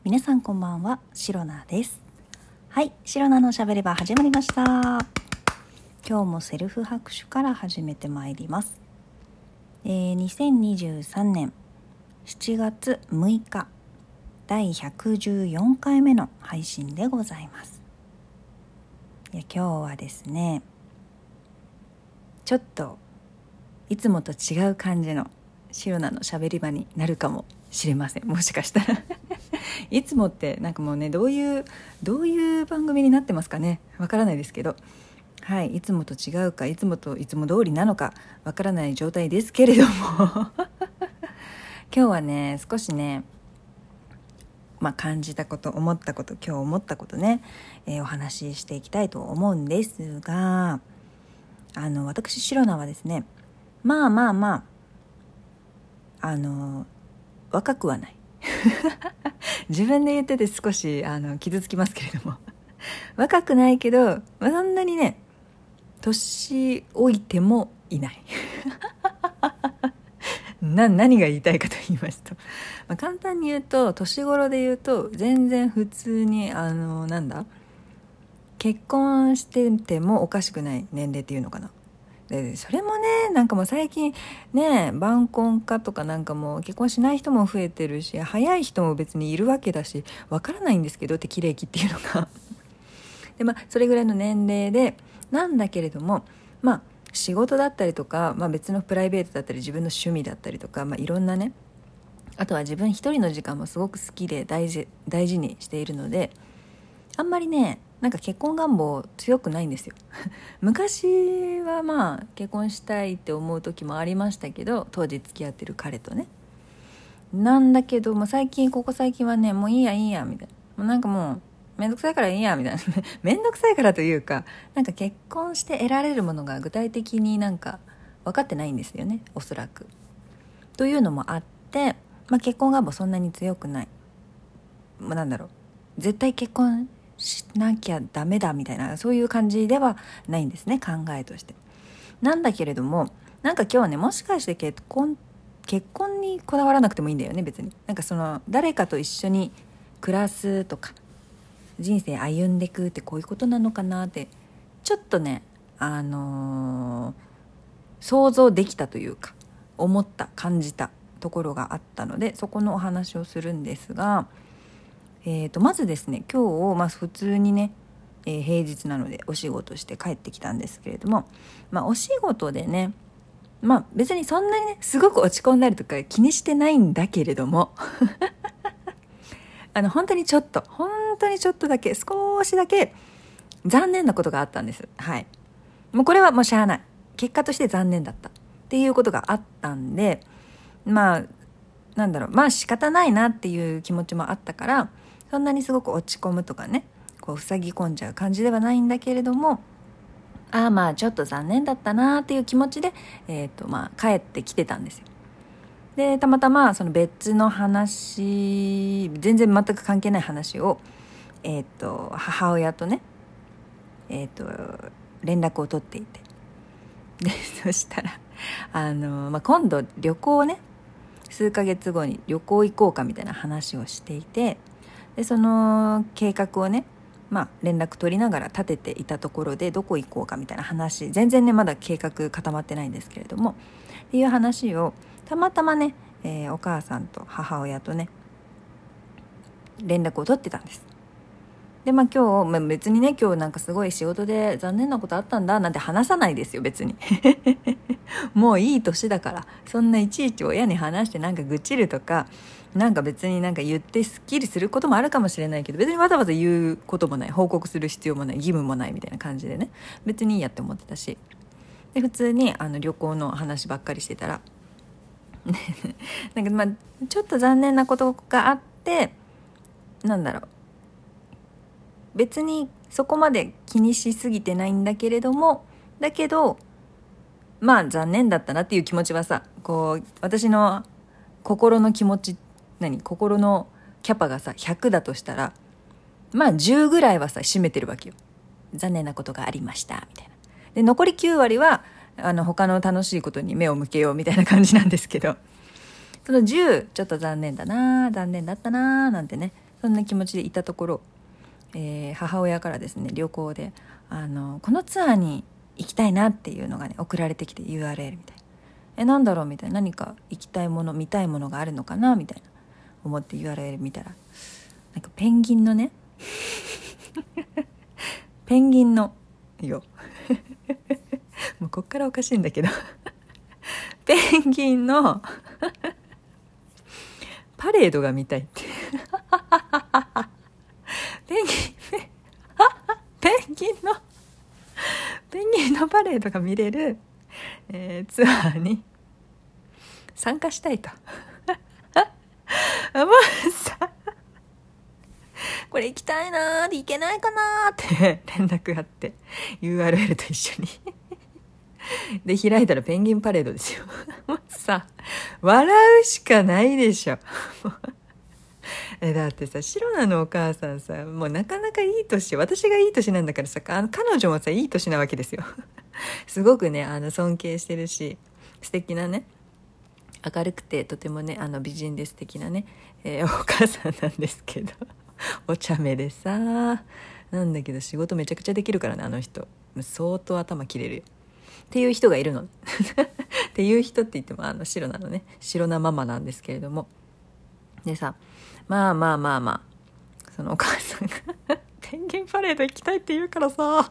皆さんこんばんは、シロナです。はい、シロナのしゃべれば始まりました。今日もセルフ拍手から始めてまいります。2023年7月6日第114回目の配信でございます。今日はですね、ちょっといつもと違う感じのシロナのしゃべり場になるかもしれません。もしかしたらいつもってなんかもうね、どういう番組になってますかね、わからないですけど、はい、いつもと違うかいつも通りなのかわからない状態ですけれども今日はね、少しね、感じたこと、今日思ったことね、お話ししていきたいと思うんですが、私シロナはですね、若くはない自分で言ってて少し傷つきますけれども若くないけど、そんなにね年老いてもいない何が言いたいかと言いますと、簡単に言うと、年頃で言うと全然普通に結婚しててもおかしくない年齢っていうのかな。でそれもね、なんかもう最近ね、晩婚化とかなんかもう結婚しない人も増えてるし、早い人も別にいるわけだし、わからないんですけど、適齢期っていうのがでそれぐらいの年齢でなんだけれども、仕事だったりとか、別のプライベートだったり自分の趣味だったりとか、いろんなね、あとは自分一人の時間もすごく好きで大事にしているので、あんまりね、なんか結婚願望強くないんですよ昔は結婚したいって思う時もありましたけど、当時付き合ってる彼とね。なんだけどここ最近はね、もういいやみたいな、もうめんどくさいからいいやみたいなめんどくさいからというか、なんか結婚して得られるものが具体的になんか分かってないんですよね、おそらく。というのもあって、結婚願望そんなに強くない、絶対結婚しなきゃダメだみたいな、そういう感じではないんですね、考えとして。なんだけれども、なんか今日はね、もしかして結婚にこだわらなくてもいいんだよね、別に。なんか誰かと一緒に暮らすとか人生歩んでいくってこういうことなのかなって、ちょっとね、想像できたというか、感じたところがあったので、そこのお話をするんですが、まずですね、今日、普通にね、平日なのでお仕事して帰ってきたんですけれども、お仕事でね、別にそんなにねすごく落ち込んだりとか気にしてないんだけれども本当にちょっとだけ、少しだけ残念なことがあったんです。はい。もうこれはもうしゃあない、結果として残念だったっていうことがあったんで、仕方ないなっていう気持ちもあったから、そんなにすごく落ち込むとかね、こう塞ぎ込んじゃう感じではないんだけれども、ちょっと残念だったなっていう気持ちで、帰ってきてたんですよ。でたまたまその別の話、全然全く関係ない話を、母親とね、連絡を取っていて、でそしたら今度旅行をね、数ヶ月後に旅行行こうかみたいな話をしていて、でその計画をね、連絡取りながら立てていたところで、どこ行こうかみたいな話、全然ねまだ計画固まってないんですけれども、っていう話をたまたまね、お母さんと母親とね連絡を取ってたんです。で今日、別にね、今日なんかすごい仕事で残念なことあったんだなんて話さないですよ、別にもういい年だから、そんないちいち親に話してなんか愚痴るとか、なんか別になんか言ってスッキリすることもあるかもしれないけど、別にわざわざ言うこともない、報告する必要もない、義務もないみたいな感じでね、別にいいやって思ってたし、で普通に旅行の話ばっかりしてたらなんかちょっと残念なことがあって、別にそこまで気にしすぎてないんだけれども、だけど残念だったなっていう気持ちはさ、こう私の心の気持ち、心のキャパがさ100だとしたら、10ぐらいはさ占めてるわけよ。残念なことがありましたみたいな。で残り9割は他の楽しいことに目を向けようみたいな感じなんですけど、その10ちょっと残念だったななんてねそんな気持ちでいたところ、母親からですね、旅行でこのツアーに行きたいなっていうのがね送られてきて、 URL みたいな、なんだろうみたいな、何か行きたいもの見たいものがあるのかなみたいな思って URL 見たら、なんかペンギンのねペンギンのよもうこっからおかしいんだけどペンギンのパレードが見たいってペンギンペンギンのパレードが見れる、ツアーに参加したいともうさ、これ行きたいなーで行けないかなーって連絡があって、 URL と一緒にで開いたらペンギンパレードですよもうさ、笑うしかないでしょだってさ、シロナのお母さんさ、もうなかなかいい年、私がいい年なんだからさ、彼女もさいい年なわけですよすごくね尊敬してるし、素敵なね、明るくてとてもね美人で素敵なね、お母さんなんですけどお茶目でさ、なんだけど仕事めちゃくちゃできるからね、あの人相当頭切れるよっていう人がいるのっていう人って言ってもシロナのね、シロナママなんですけれども、でさ、まあそのお母さんがペンギンパレード行きたいって言うからさ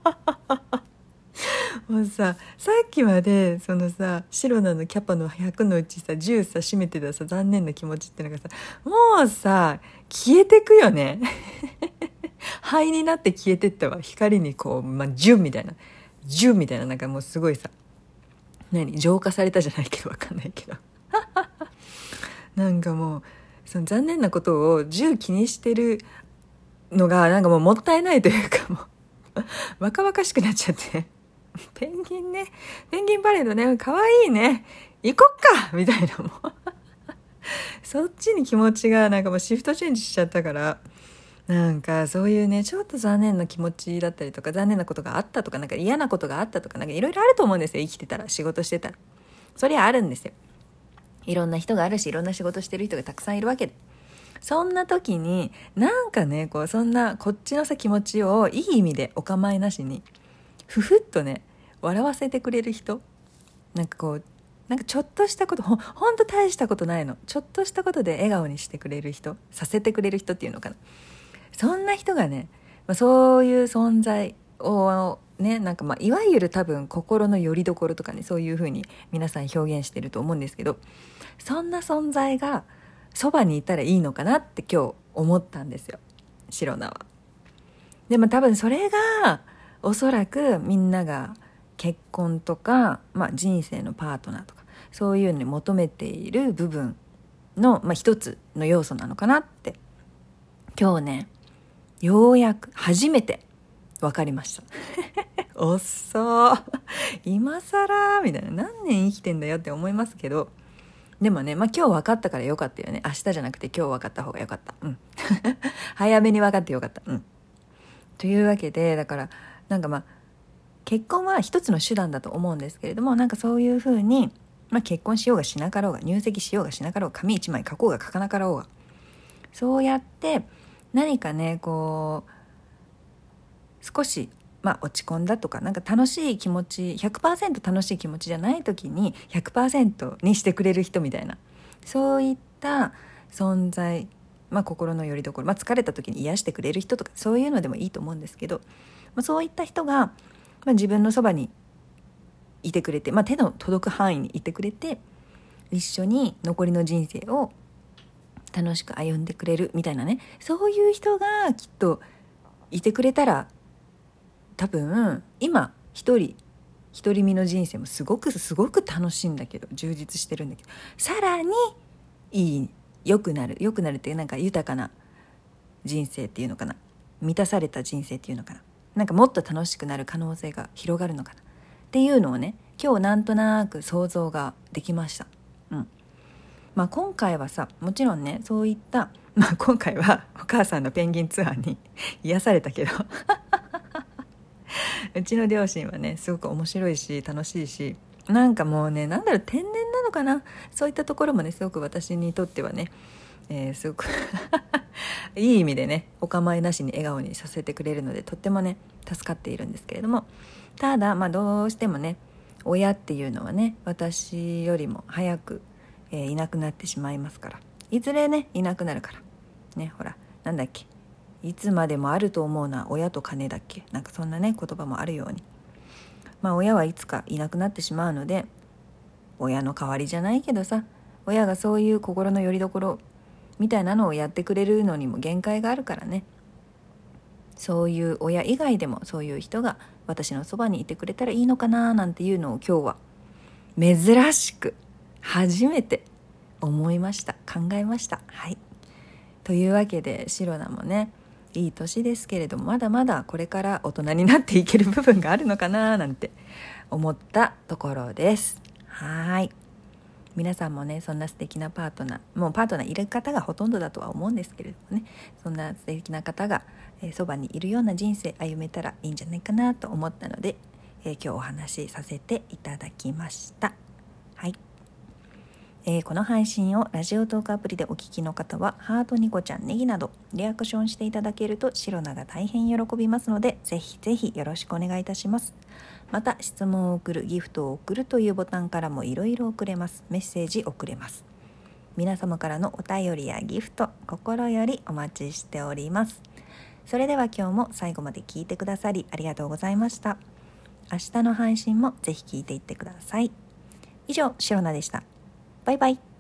もうさ、さっきまでそのさ、シロナのキャパの100のうちさ10さ占めてたさ残念な気持ちってのがさ、もうさ消えてくよね灰になって消えてったわ。光にこう、ジュンみたいな、なんかもうすごいさ、浄化されたじゃないけど、わかんないけどなんかもうその残念なことを気にしてるのがなんかもうもったいないというか、もう若々しくなっちゃってペンギンパレードね、かわいいね、行こっかみたいな、もうそっちに気持ちがなんかもうシフトチェンジしちゃったから、なんかそういうね、ちょっと残念な気持ちだったりとか、残念なことがあったとか、なんか嫌なことがあったとか、なんかいろいろあると思うんですよ、生きてたら、仕事してたら。そりゃあるんですよ。いろんな人があるし、いろんな仕事してる人がたくさんいるわけで、そんな時になんかね、こうそんなこっちのさ気持ちをいい意味でお構いなしにふふっとね笑わせてくれる人、なんかこう、なんかちょっとしたこと、ほんと大したことないの、ちょっとしたことで笑顔にしてくれる人、させてくれる人っていうのかな、そんな人がね、そういう存在をね、なんかいわゆる多分心の拠り所とかね、そういう風に皆さん表現してると思うんですけど、そんな存在がそばにいたらいいのかなって今日思ったんですよ、シロナは。でも多分それがおそらくみんなが結婚とか、人生のパートナーとかそういうのに求めている部分の、一つの要素なのかなって今日ね、ようやく初めて分かりましたおっそ今更みたいな、何年生きてんだよって思いますけど、でもね、今日分かったからよかったよね。明日じゃなくて今日分かった方がよかった。早めに分かってよかった。というわけで、だからなんか結婚は一つの手段だと思うんですけれども、なんかそういうふうに、結婚しようがしなかろうが、入籍しようがしなかろうが、紙一枚書こうが書かなかろうが、そうやって何かね、こう少し落ち込んだとか、なんか楽しい気持ち 100% 楽しい気持ちじゃない時に 100% にしてくれる人みたいな、そういった存在、心の拠り所、疲れた時に癒してくれる人とか、そういうのでもいいと思うんですけど、そういった人が、自分のそばにいてくれて、手の届く範囲にいてくれて、一緒に残りの人生を楽しく歩んでくれるみたいなね、そういう人がきっといてくれたら、多分今一人身の人生もすごく楽しいんだけど、充実してるんだけど、さらに良くなるってなんか豊かな人生っていうのかな、満たされた人生っていうのかな、なんかもっと楽しくなる可能性が広がるのかなっていうのをね、今日なんとなく想像ができました。今回はさ、もちろんね、そういった今回はお母さんのペンギンツアーに癒されたけどうちの両親はね、すごく面白いし楽しいし、なんかもうね、天然なのかな、そういったところもね、すごく私にとってはね、すごくいい意味でね、お構いなしに笑顔にさせてくれるので、とってもね助かっているんですけれども、ただどうしてもね、親っていうのはね、私よりも早く、いなくなってしまいますから、いずれねいなくなるからね。ほら、なんだっけ、いつまでもあると思うな親と金だっけ、なんかそんなね言葉もあるように、親はいつかいなくなってしまうので、親の代わりじゃないけどさ、親がそういう心の拠り所みたいなのをやってくれるのにも限界があるからね。そういう親以外でもそういう人が私のそばにいてくれたらいいのかななんていうのを今日は珍しく初めて思いました、考えました。はい。というわけで、シロナもねいい年ですけれども、まだまだこれから大人になっていける部分があるのかななんて思ったところです。はい。皆さんもね、そんな素敵なパートナー、もうパートナーいる方がほとんどだとは思うんですけれどもね、そんな素敵な方がそばにいるような人生歩めたらいいんじゃないかなと思ったので、今日お話しさせていただきました。はい。この配信をラジオトークアプリでお聞きの方は、ハート、ニコちゃん、ネギなどリアクションしていただけるとシロナが大変喜びますので、ぜひぜひよろしくお願いいたします。また、質問を送る、ギフトを送るというボタンからもいろいろ送れます。メッセージ送れます。皆様からのお便りやギフト、心よりお待ちしております。それでは今日も最後まで聞いてくださりありがとうございました。明日の配信もぜひ聞いていってください。以上、シロナでした。バイバイ。